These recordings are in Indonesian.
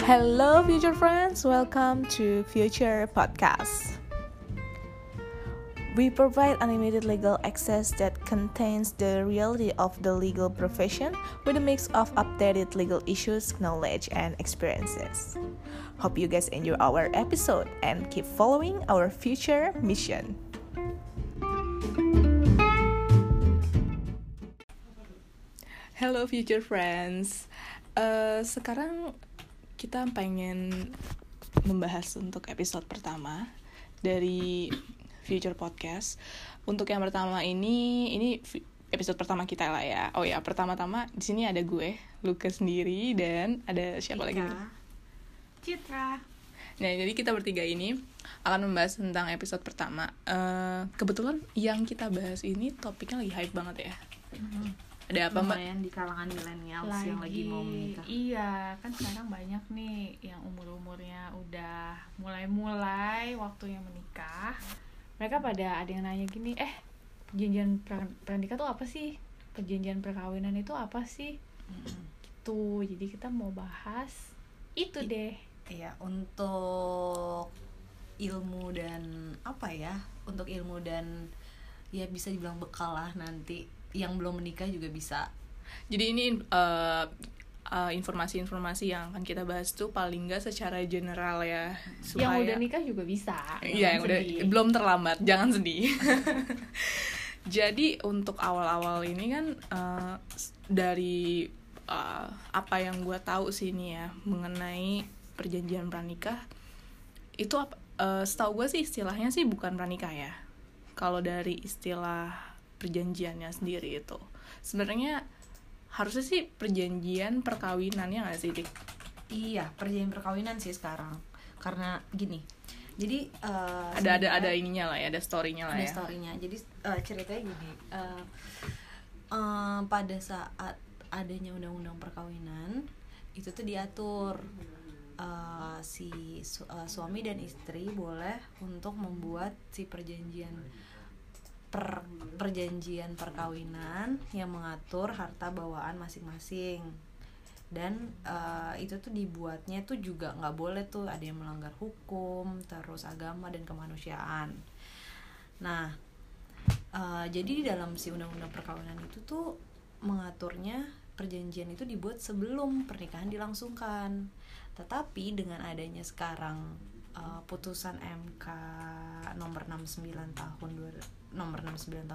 Hello future friends, welcome to Future Podcast. We provide unlimited legal access that contains the reality of the legal profession with a mix of updated legal issues, knowledge, and experiences. Hope you guys enjoy our episode and keep following our future mission. Hello future friends. Sekarang kita pengen membahas untuk episode pertama dari Future Podcast. Untuk yang pertama ini episode pertama kita lah ya. Oh ya, pertama-tama di sini ada gue, Luka sendiri, dan ada siapa lagi nih? Citra. Nah, jadi kita bertiga ini akan membahas tentang episode pertama. Kebetulan yang kita bahas ini topiknya lagi hype banget ya. Ada apa, Mbak? Lumayan di kalangan millennials yang lagi mau menikah. Iya, kan sekarang banyak nih yang umur-umurnya udah mulai waktunya menikah. Mereka pada ada yang nanya gini, perjanjian pernikahan tuh apa sih? Perjanjian perkawinan itu apa sih? Gitu. Jadi kita mau bahas itu deh. Iya, untuk ilmu dan untuk ilmu dan ya bisa dibilang bekal lah nanti yang belum menikah juga bisa. Jadi ini informasi-informasi yang akan kita bahas tuh paling nggak secara general ya, supaya yang udah nikah juga bisa. Iya, yang udah belum terlambat, jangan sedih. Jadi untuk awal-awal ini kan dari apa yang gue tahu sih ini ya mengenai perjanjian pranikah itu setahu gue sih istilahnya sih bukan pranikah ya. Kalau dari istilah perjanjiannya sendiri itu sebenarnya harusnya sih perjanjian perkawinan, ya nggak sih, Dik? Iya, perjanjian perkawinan sih sekarang. Karena gini, jadi ada ininya lah ya, ada storynya lah ya. Ada storynya. Jadi ceritanya gini, pada saat adanya undang-undang perkawinan itu tuh diatur suami dan istri boleh untuk membuat si perjanjian perkawinan yang mengatur harta bawaan masing-masing. Dan itu tuh dibuatnya tuh juga nggak boleh tuh ada yang melanggar hukum, terus agama dan kemanusiaan. Nah, jadi di dalam si undang-undang perkawinan itu tuh mengaturnya perjanjian itu dibuat sebelum pernikahan dilangsungkan. Tetapi dengan adanya sekarang putusan MK nomor 69 tahun 2015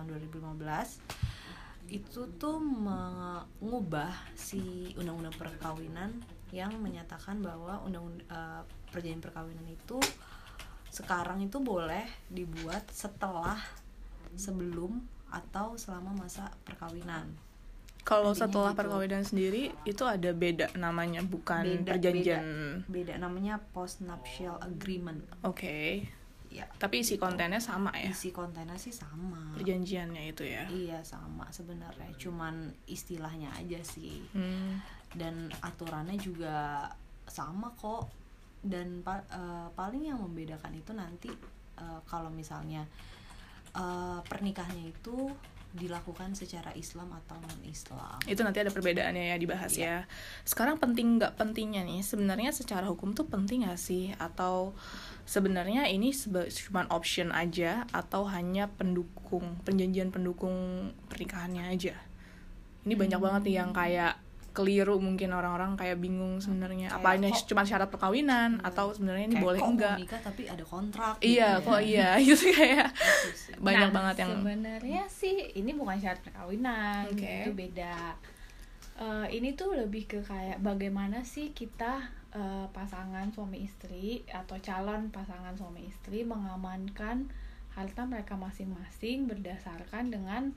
itu tuh mengubah si undang-undang perkawinan yang menyatakan bahwa perjanjian perkawinan itu sekarang itu boleh dibuat setelah, sebelum, atau selama masa perkawinan. Kalau setelah gitu. Perkawinan sendiri itu ada beda namanya, bukan perjanjian. Beda namanya postnuptial agreement. Oke. Ya. Tapi isi kontennya sama ya? Isi kontennya sih sama. Perjanjiannya itu ya? Iya, sama sebenarnya. Cuman istilahnya aja sih. Dan aturannya juga sama kok. Dan paling yang membedakan itu nanti kalau misalnya pernikahannya itu dilakukan secara Islam atau non-Islam. Itu nanti ada perbedaannya ya, dibahas ya. Sekarang penting nggak pentingnya nih, sebenarnya secara hukum tuh penting nggak sih? Atau sebenarnya ini cuma option aja, atau hanya perjanjian pendukung pernikahannya aja? Ini banyak banget nih yang kayak keliru, mungkin orang-orang kayak bingung sebenarnya apa ini cuma syarat perkawinan atau sebenarnya ini boleh enggak. Nikah tapi ada kontrak. Iya, gitu kok iya gitu kayak banyak banget yang sebenarnya sih ini bukan syarat perkawinan, itu beda. Ini tuh lebih ke kayak bagaimana sih kita pasangan suami istri atau calon pasangan suami istri mengamankan harta mereka masing-masing berdasarkan dengan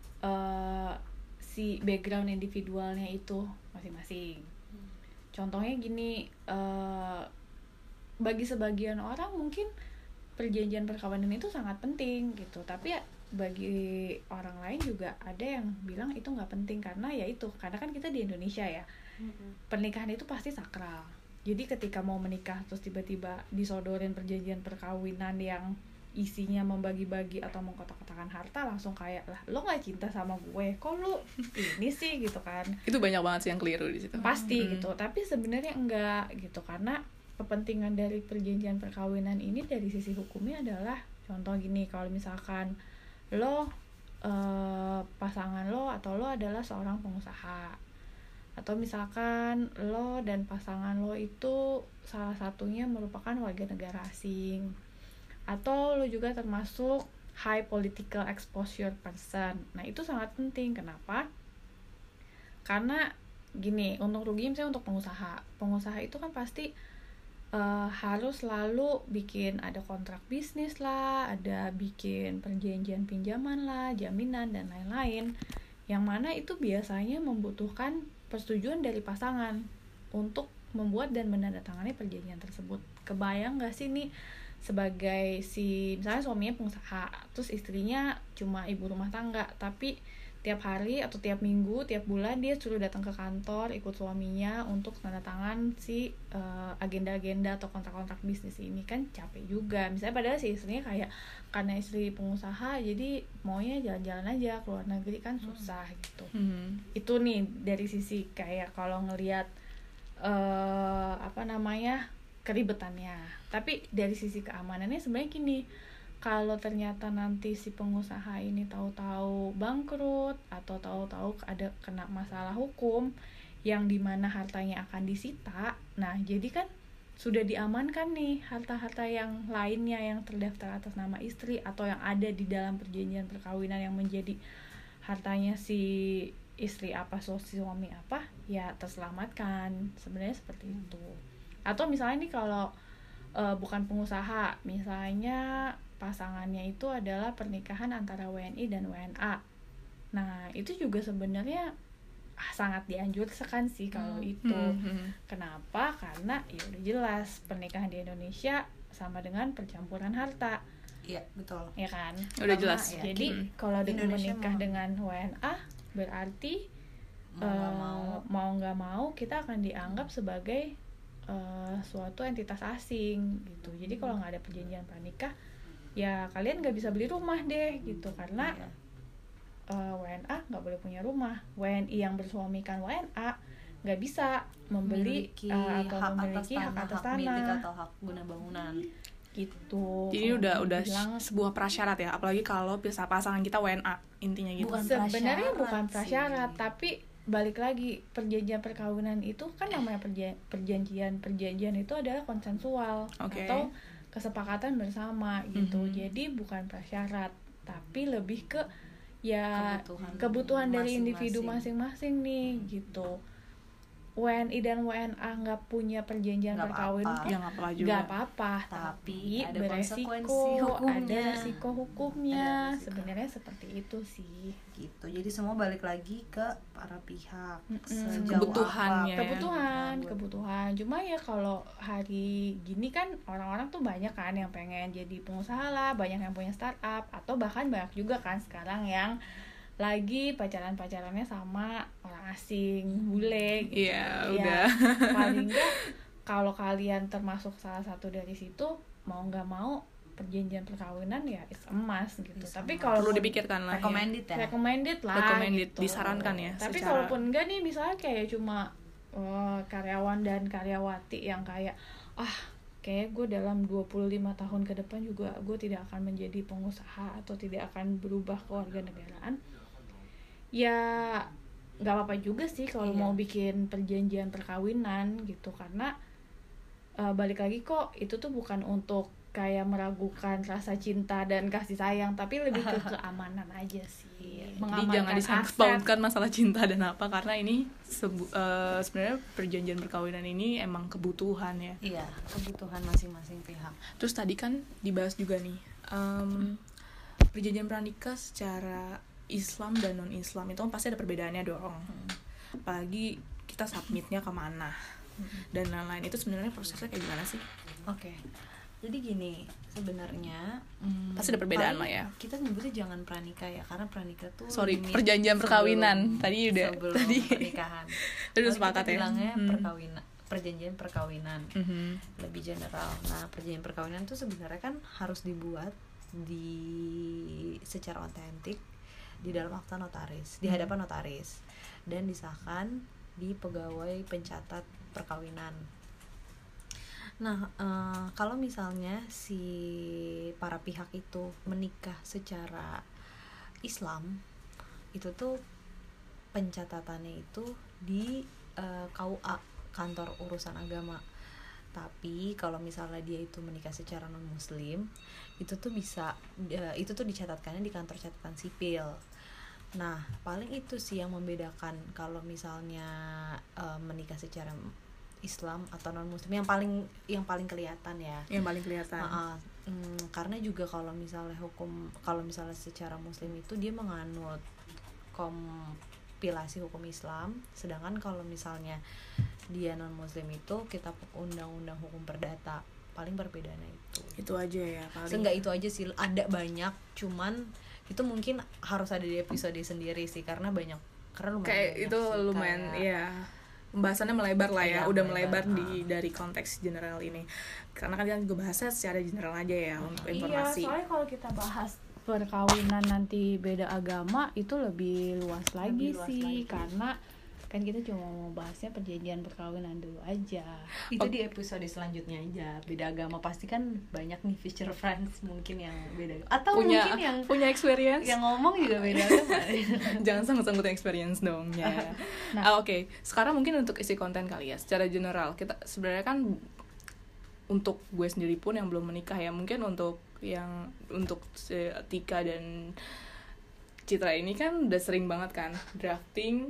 si background individualnya itu masing-masing. Contohnya gini, bagi sebagian orang mungkin perjanjian perkawinan itu sangat penting gitu, tapi ya bagi orang lain juga ada yang bilang itu nggak penting karena kan kita di Indonesia ya, pernikahan itu pasti sakral. Jadi ketika mau menikah terus tiba-tiba disodorin perjanjian perkawinan yang isinya membagi-bagi atau mengkotak-kotakan harta, langsung kayak, lah lo nggak cinta sama gue, kok lo ini sih gitu kan. Itu banyak banget sih yang keliru di situ. Pasti gitu, tapi sebenarnya enggak gitu, karena kepentingan dari perjanjian perkawinan ini dari sisi hukumnya adalah, contoh gini, kalau misalkan lo pasangan lo atau lo adalah seorang pengusaha, atau misalkan lo dan pasangan lo itu salah satunya merupakan warga negara asing, atau lo juga termasuk high political exposure person. Nah itu sangat penting. Kenapa? Karena gini, untung rugi misalnya untuk pengusaha itu kan pasti harus selalu bikin ada kontrak bisnis lah, ada bikin perjanjian pinjaman lah, jaminan dan lain-lain, yang mana itu biasanya membutuhkan persetujuan dari pasangan untuk membuat dan menandatangani perjanjian tersebut. Kebayang gak sih nih, sebagai misalnya suaminya pengusaha, terus istrinya cuma ibu rumah tangga, tapi tiap hari atau tiap minggu, tiap bulan dia suruh datang ke kantor ikut suaminya untuk tanda tangan agenda-agenda atau kontrak-kontrak bisnis ini, kan capek juga. Misalnya padahal si istrinya kayak, karena istri pengusaha jadi maunya jalan-jalan aja ke luar negeri, kan susah gitu. Itu nih dari sisi kayak kalau ngelihat keribetannya. Tapi dari sisi keamanannya sebenarnya gini, kalau ternyata nanti si pengusaha ini tahu-tahu bangkrut atau tahu-tahu ada kena masalah hukum yang dimana hartanya akan disita, nah jadi kan sudah diamankan nih harta-harta yang lainnya yang terdaftar atas nama istri atau yang ada di dalam perjanjian perkawinan yang menjadi hartanya si istri apa, suami apa, ya terselamatkan. Sebenarnya seperti itu. Atau misalnya nih kalau bukan pengusaha, misalnya pasangannya itu adalah pernikahan antara WNI dan WNA. Nah, itu juga sebenarnya sangat dianjurkan sih kalau itu. Kenapa? Karena ya udah jelas pernikahan di Indonesia sama dengan percampuran harta. Iya, betul. Ya kan? Udah jelas. Ya. Jadi kalau dengan menikah dengan WNA berarti mau nggak mau kita akan dianggap sebagai suatu entitas asing gitu. Jadi kalau nggak ada perjanjian pranikah, ya kalian nggak bisa beli rumah deh gitu, karena WNA nggak boleh punya rumah. WNI yang bersuamikan WNA nggak bisa memiliki hak atas tanah, milik atau hak guna bangunan gitu. Jadi udah sebuah prasyarat ya, apalagi kalau pasangan kita WNA, intinya gitu. Sebenarnya bukan prasyarat, tapi balik lagi, perjanjian perkawinan itu kan namanya perjanjian itu adalah konsensual atau kesepakatan bersama gitu. Jadi bukan prasyarat, tapi lebih ke ya kebutuhan dari individu masing-masing nih gitu. WNI dan WNA nggak punya perjanjian perkawinan, ya nggak apa-apa, tapi ada resiko hukumnya. Sebenarnya seperti itu sih gitu. Jadi semua balik lagi ke para pihak, kebutuhannya, kebutuhan. Cuma ya kalau hari gini kan orang-orang tuh banyak kan yang pengen jadi pengusaha lah, banyak yang punya startup, atau bahkan banyak juga kan sekarang yang lagi pacarannya sama orang asing, bule gitu. Udah. Paling enggak kalau kalian termasuk salah satu dari situ, mau nggak mau perjanjian perkawinan ya emas gitu. Tapi kalau perlu dipikirkan lah, recommended lah gitu. Disarankan ya. Tapi kalaupun enggak nih, misalnya kayak cuma karyawan dan karyawati yang kayak kayak gue dalam 25 tahun ke depan juga gue tidak akan menjadi pengusaha atau tidak akan berubah ke warganegaraan, ya nggak apa-apa juga sih kalau mau bikin perjanjian perkawinan gitu. Karena balik lagi kok, itu tuh bukan untuk kayak meragukan rasa cinta dan kasih sayang, tapi lebih ke keamanan aja sih. Jadi jangan disangkut-pautkan masalah cinta dan apa, karena ini sebenarnya perjanjian perkawinan ini emang kebutuhan ya. Iya, kebutuhan masing-masing pihak. Terus tadi kan dibahas juga nih perjanjian pranikah secara Islam dan non Islam itu pasti ada perbedaannya dong. Apalagi kita submitnya kemana dan lain-lain, itu sebenarnya prosesnya kayak gimana sih? Oke. Jadi gini, sebenarnya pasti ada perbedaan lah ya. Kita nyebutnya jangan pranikah ya, karena pranikah tuh perjanjian perkawinan. Tadi pernikahan. Udah sepakat ya. Bilangnya perjanjian perkawinan. Lebih general. Nah, perjanjian perkawinan tuh sebenarnya kan harus dibuat secara otentik di dalam akta notaris, di hadapan notaris, dan disahkan di pegawai pencatat perkawinan. Nah, kalau misalnya si para pihak itu menikah secara Islam, itu tuh pencatatannya itu di KUA, kantor urusan agama. Tapi kalau misalnya dia itu menikah secara non muslim, itu tuh dicatatkannya di kantor catatan sipil. Nah, paling itu sih yang membedakan kalau misalnya menikah secara Islam atau non muslim, yang paling kelihatan ya. Yang paling kelihatan. Karena juga kalau misalnya secara muslim itu dia menganut kompilasi hukum Islam, sedangkan kalau misalnya dia non muslim itu kitab undang-undang hukum perdata. Paling perbedaannya itu aja ya paling. Seenggak itu aja sih, ada banyak, cuman itu mungkin harus ada di episode sendiri sih, karena lumayan kayak itu sih, lumayan ya pembahasannya melebar lah ya, udah melebar dari konteks general ini, karena kan kita juga bahasnya secara general aja ya untuk informasi. Iya, soalnya kalau kita bahas perkawinan nanti beda agama itu lebih luas lagi sih. Karena kan kita cuma mau bahasnya perjanjian perkawinan dulu aja. Itu di episode selanjutnya aja. Beda agama pasti kan banyak nih future friends mungkin yang beda, atau mungkin yang punya experience, yang ngomong juga beda agama. Jangan sangkut-sangkut experience dong ya. Oke. Sekarang mungkin untuk isi konten kali ya, secara general kita sebenarnya kan untuk gue sendiri pun yang belum menikah ya, mungkin untuk Tika dan Citra ini kan udah sering banget kan drafting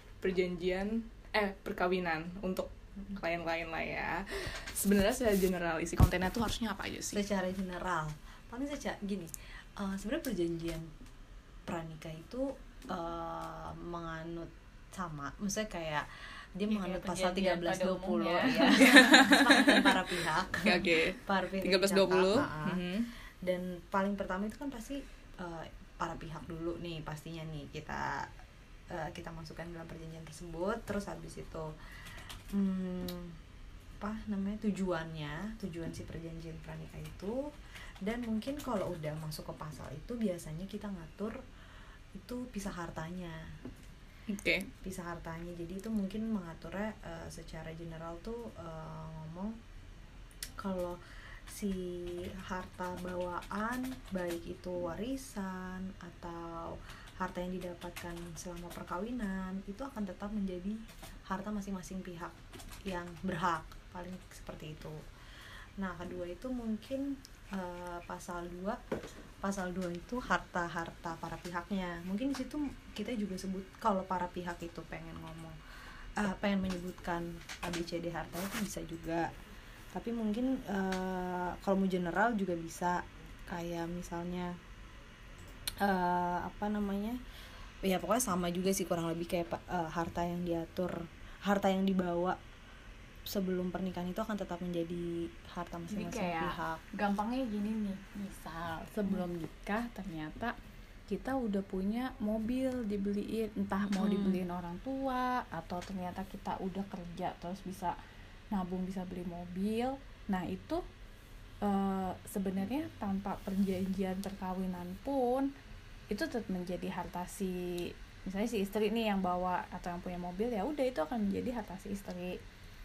perkawinan untuk klien-klien lah ya. Sebenarnya secara general isi kontennya tuh harusnya apa aja sih? Secara general paling gini, sebenarnya perjanjian pranikah itu menganut sama, maksudnya kayak dia menganut pasal 1320 ya, kesepakatan para pihak. Oke. 1320. Dan paling pertama itu kan pasti para pihak dulu nih, pastinya nih kita masukkan dalam perjanjian tersebut. Terus habis itu tujuan si perjanjian pranikah itu. Dan mungkin kalau udah masuk ke pasal itu biasanya kita ngatur itu pisah hartanya. Pisah hartanya, jadi itu mungkin mengaturnya secara general tuh ngomong kalau si harta bawaan, baik itu warisan atau harta yang didapatkan selama perkawinan, itu akan tetap menjadi harta masing-masing pihak yang berhak, paling seperti itu. Nah, kedua itu mungkin pasal 2 itu harta para pihaknya. Mungkin di situ kita juga sebut kalau para pihak itu pengen menyebutkan ABCD hartanya itu bisa juga. Tapi mungkin kalau mau general juga bisa, kayak misalnya ya pokoknya sama juga sih kurang lebih kayak harta yang dibawa sebelum pernikahan itu akan tetap menjadi harta masing-masing pihak. Gampangnya gini nih, misal sebelum nikah ternyata kita udah punya mobil dibeliin, entah mau dibeliin orang tua atau ternyata kita udah kerja terus bisa nabung bisa beli mobil. Nah itu sebenarnya tanpa perjanjian perkawinan pun itu tetap menjadi harta misalnya si istri nih yang bawa atau yang punya mobil, ya udah itu akan menjadi harta si istri.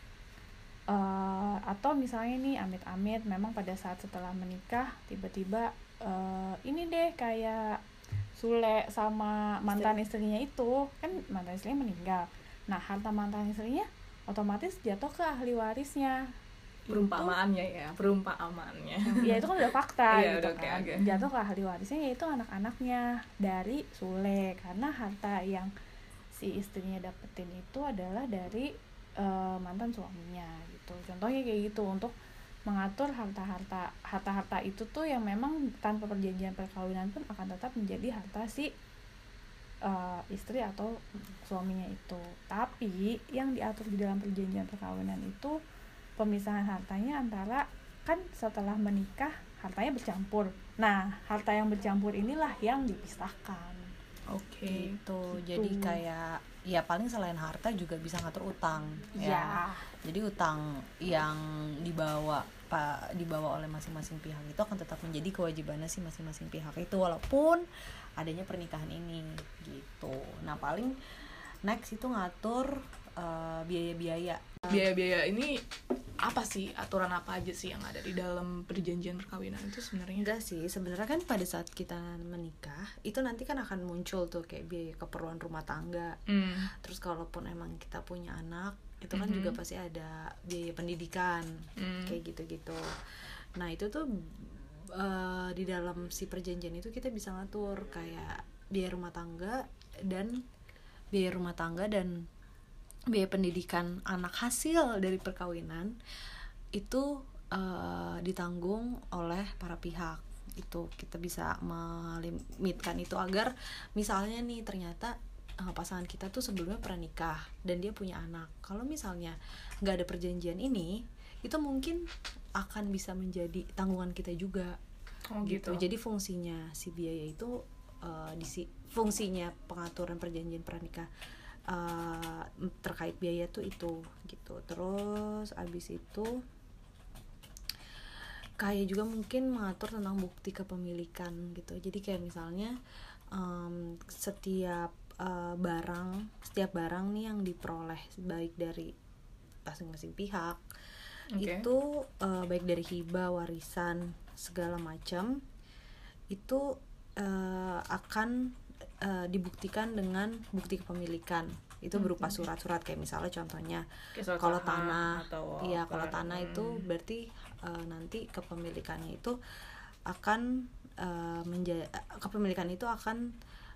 Atau misalnya nih amit-amit memang pada saat setelah menikah tiba-tiba ini deh kayak Sule sama mantan istrinya itu, kan mantan istrinya meninggal. Nah harta mantan istrinya otomatis jatuh ke ahli warisnya. Perumpamaannya. Ya itu kan udah fakta gitu kan. Okay. Jatuh ke ahli warisnya yaitu anak-anaknya dari Sule, karena harta yang si istrinya dapetin itu adalah dari mantan suaminya gitu. Contohnya kayak gitu, untuk mengatur harta itu tuh yang memang tanpa perjanjian perkawinan pun akan tetap menjadi harta si istri atau suaminya itu. Tapi yang diatur di dalam perjanjian perkawinan itu pemisahan hartanya antara, kan setelah menikah hartanya bercampur. Nah, harta yang bercampur inilah yang dipisahkan. Oke. Gitu. Jadi kayak ya paling selain harta juga bisa ngatur utang ya. Jadi utang yang dibawa dibawa oleh masing-masing pihak itu akan tetap menjadi kewajibannya si masing-masing pihak itu walaupun adanya pernikahan ini gitu. Nah paling next itu ngatur biaya-biaya ini apa sih, aturan apa aja sih yang ada di dalam perjanjian perkawinan itu sebenarnya? Enggak sih, sebenarnya kan pada saat kita menikah itu nanti kan akan muncul tuh kayak biaya keperluan rumah tangga. Terus kalaupun emang kita punya anak itu kan juga pasti ada biaya pendidikan kayak gitu-gitu. Nah itu tuh di dalam si perjanjian itu kita bisa ngatur kayak biaya rumah tangga dan biaya pendidikan anak hasil dari perkawinan itu ditanggung oleh para pihak. Itu kita bisa melimitkan itu agar misalnya nih ternyata pasangan kita tuh sebelumnya pernah nikah dan dia punya anak. Kalau misalnya nggak ada perjanjian ini, itu mungkin akan bisa menjadi tanggungan kita juga. Gitu. Jadi fungsinya si biaya itu fungsinya pengaturan perjanjian pernikah terkait biaya tuh itu gitu. Terus abis itu kayak juga mungkin mengatur tentang bukti kepemilikan gitu. Jadi kayak misalnya setiap barang nih yang diperoleh baik dari masing-masing pihak itu baik dari hibah, warisan segala macam itu akan dibuktikan dengan bukti kepemilikan. Itu berupa surat-surat kayak misalnya contohnya kalau tanah kalau tanah itu berarti nanti kepemilikannya itu akan kepemilikan itu akan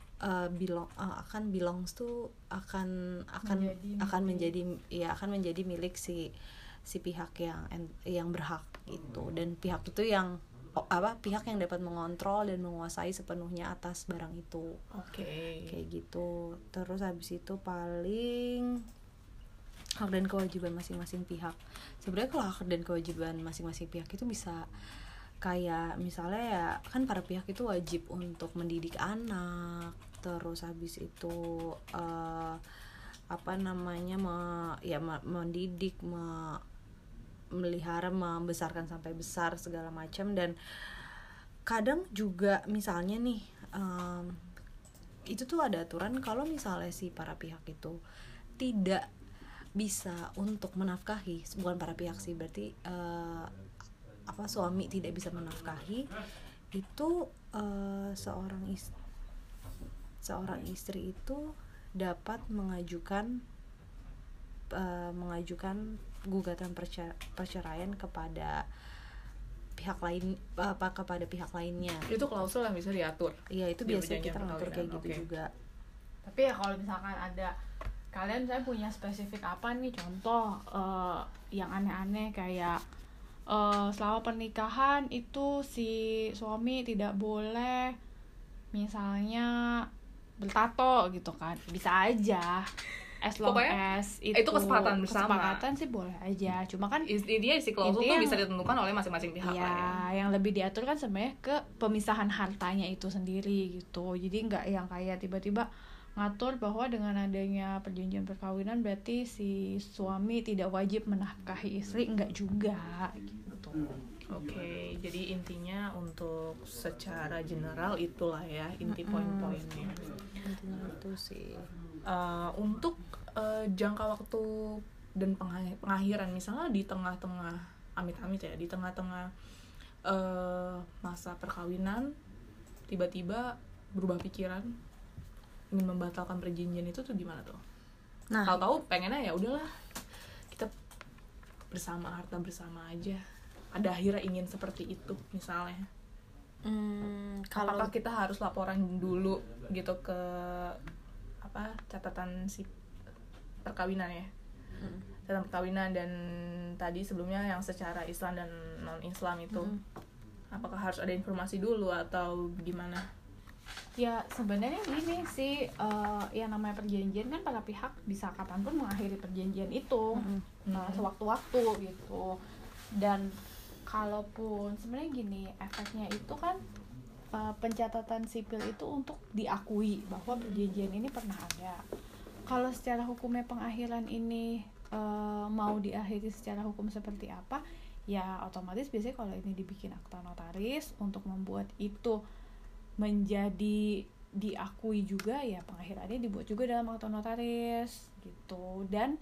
menjadi milik si pihak yang berhak itu, dan pihak itu pihak yang dapat mengontrol dan menguasai sepenuhnya atas barang itu. Kayak gitu. Terus habis itu paling hak dan kewajiban masing-masing pihak. Sebenarnya kalau hak dan kewajiban masing-masing pihak itu bisa kayak misalnya ya kan para pihak itu wajib untuk mendidik anak, terus habis itu mendidik, melihara, membesarkan sampai besar segala macam. Dan kadang juga misalnya nih itu tuh ada aturan kalau misalnya si para pihak itu tidak bisa untuk menafkahi, bukan para pihak sih, berarti suami tidak bisa menafkahi itu seorang istri itu dapat mengajukan gugatan perceraian kepada pihak lain, kepada pihak lainnya. Itu klausul yang bisa diatur. Iya, itu biasanya kita ngatur kayak gitu juga. Tapi ya kalau misalkan ada kalian saya punya spesifik apa nih, contoh yang aneh-aneh kayak selama pernikahan itu si suami tidak boleh misalnya bertato gitu kan, bisa aja as long as itu kesepakatan bersama. Kesepakatan sih boleh aja, cuma kan intinya si klausul tuh bisa ditentukan oleh masing-masing pihak ya, lah ya. Yang lebih diatur kan sebenarnya ke pemisahan hartanya itu sendiri gitu. Jadi nggak yang kayak tiba-tiba ngatur bahwa dengan adanya perjanjian perkawinan berarti si suami tidak wajib menafkahi istri, enggak juga gitu. Oke, jadi intinya untuk secara general itulah ya inti poin-poinnya. Intinya itu sih. Untuk jangka waktu dan pengakhiran, misalnya di tengah-tengah amit-amit ya, di tengah-tengah masa perkawinan tiba-tiba berubah pikiran ingin membatalkan perjanjian itu tuh gimana tuh? Nah, tahu pengennya ya udahlah kita bersama, harta bersama aja. Ada akhirnya ingin seperti itu misalnya. Apakah kita harus laporan dulu gitu ke catatan si perkawinan ya? Catatan perkawinan, dan tadi sebelumnya yang secara Islam dan non Islam itu apakah harus ada informasi dulu atau gimana? Ya sebenarnya gini sih, yang namanya perjanjian kan para pihak bisa kapanpun mengakhiri perjanjian itu sewaktu-waktu gitu. Dan kalaupun sebenarnya gini, efeknya itu kan pencatatan sipil itu untuk diakui bahwa perjanjian ini pernah ada. Kalau secara hukumnya pengakhiran ini mau diakhiri secara hukum seperti apa, ya otomatis biasanya kalau ini dibikin akta notaris untuk membuat itu menjadi diakui juga, ya pengakhirannya dibuat juga dalam akta notaris gitu. Dan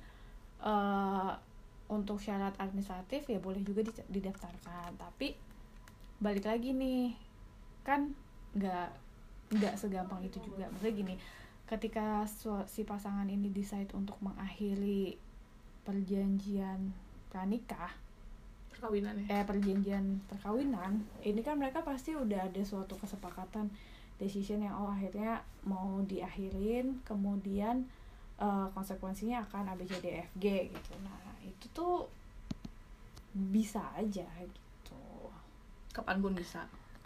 untuk syarat administratif ya boleh juga didaftarkan, tapi balik lagi nih, kan nggak segampang itu juga. Maksudnya gini, ketika si pasangan ini decide untuk mengakhiri perjanjian pranikah, perjanjian perkawinan, ini kan mereka pasti udah ada suatu kesepakatan, decision yang akhirnya mau diakhirin, kemudian konsekuensinya akan ABCDFG gitu. Nah itu tuh bisa aja gitu, kapanpun bisa.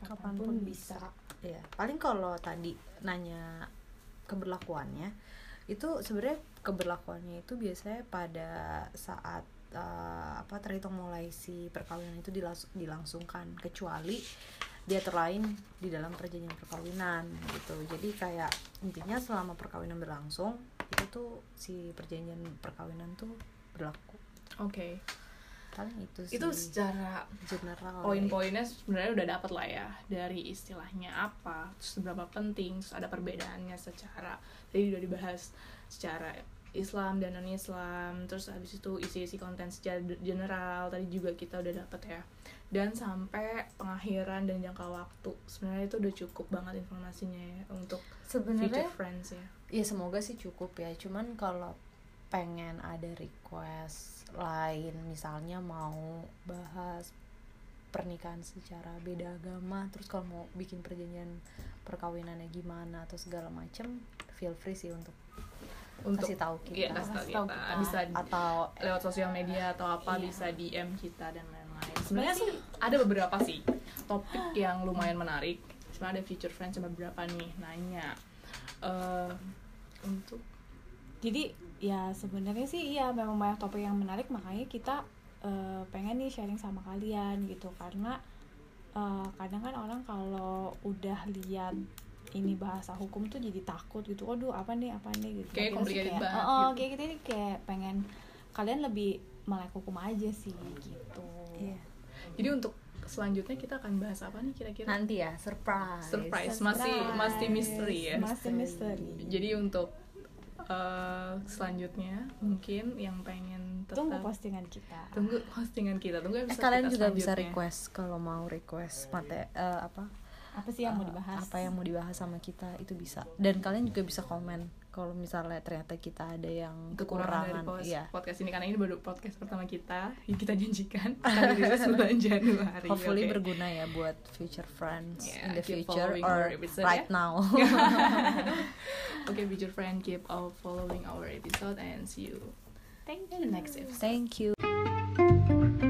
Ya paling kalau tadi nanya keberlakuannya, itu sebenarnya keberlakuannya itu biasanya pada saat terhitung mulai si perkawinan itu dilangsungkan, kecuali diatur lain di dalam perjanjian perkawinan gitu. Jadi kayak intinya selama perkawinan berlangsung itu tuh si perjanjian perkawinan tuh berlaku. Oke. Paling itu sih. Itu secara general. Poin-poinnya sebenarnya udah dapat lah ya, dari istilahnya apa, terus seberapa penting, terus ada perbedaannya secara, tadi udah dibahas secara Islam dan non-Islam, terus habis itu isi-isi konten secara general tadi juga kita udah dapat ya. Dan sampai pengakhiran dan jangka waktu, sebenarnya itu udah cukup banget informasinya ya untuk future friends ya. Ya semoga sih cukup ya. Cuman kalau pengen ada request lain, misalnya mau bahas pernikahan secara beda agama, terus kalau mau bikin perjanjian perkawinannya gimana atau segala macem, feel free sih untuk kasih tahu kita. Iya, kasih tahu kita. Bisa atau lewat sosial media atau apa, bisa DM kita dan lain-lain. Sebenarnya sih ada beberapa sih topik yang lumayan menarik. Sebenarnya ada future friends sama beberapa nih nanya untuk, jadi ya sebenarnya sih iya memang banyak topik yang menarik, makanya kita pengen nih sharing sama kalian gitu. Karena kadang kan orang kalau udah lihat ini bahasa hukum tuh jadi takut gitu, waduh apa nih gitu. Kayak complicated banget gitu. Kayak kita ini kayak pengen kalian lebih melek hukum aja sih gitu. Iya. Jadi untuk selanjutnya kita akan bahas apa nih kira-kira? Nanti ya, surprise. Masih misteri ya. Masih misteri. Jadi untuk selanjutnya mungkin yang pengen tetap tunggu postingan kita. Tunggu episode kalian kita juga bisa selanjutnya. request kalau mau request apa sih yang mau dibahas, apa yang mau dibahas sama kita, itu bisa. Dan kalian juga bisa komen kalau misalnya ternyata kita ada yang kekurangan dari iya. podcast ini, karena ini baru podcast pertama kita yang kita janjikan akan dirilis bulan Januari. Hopefully berguna ya buat future friends in the keep future following or our episode, right ya? now. Okay, future friend, keep following our episode and see you Thank in the next episode. Thank you.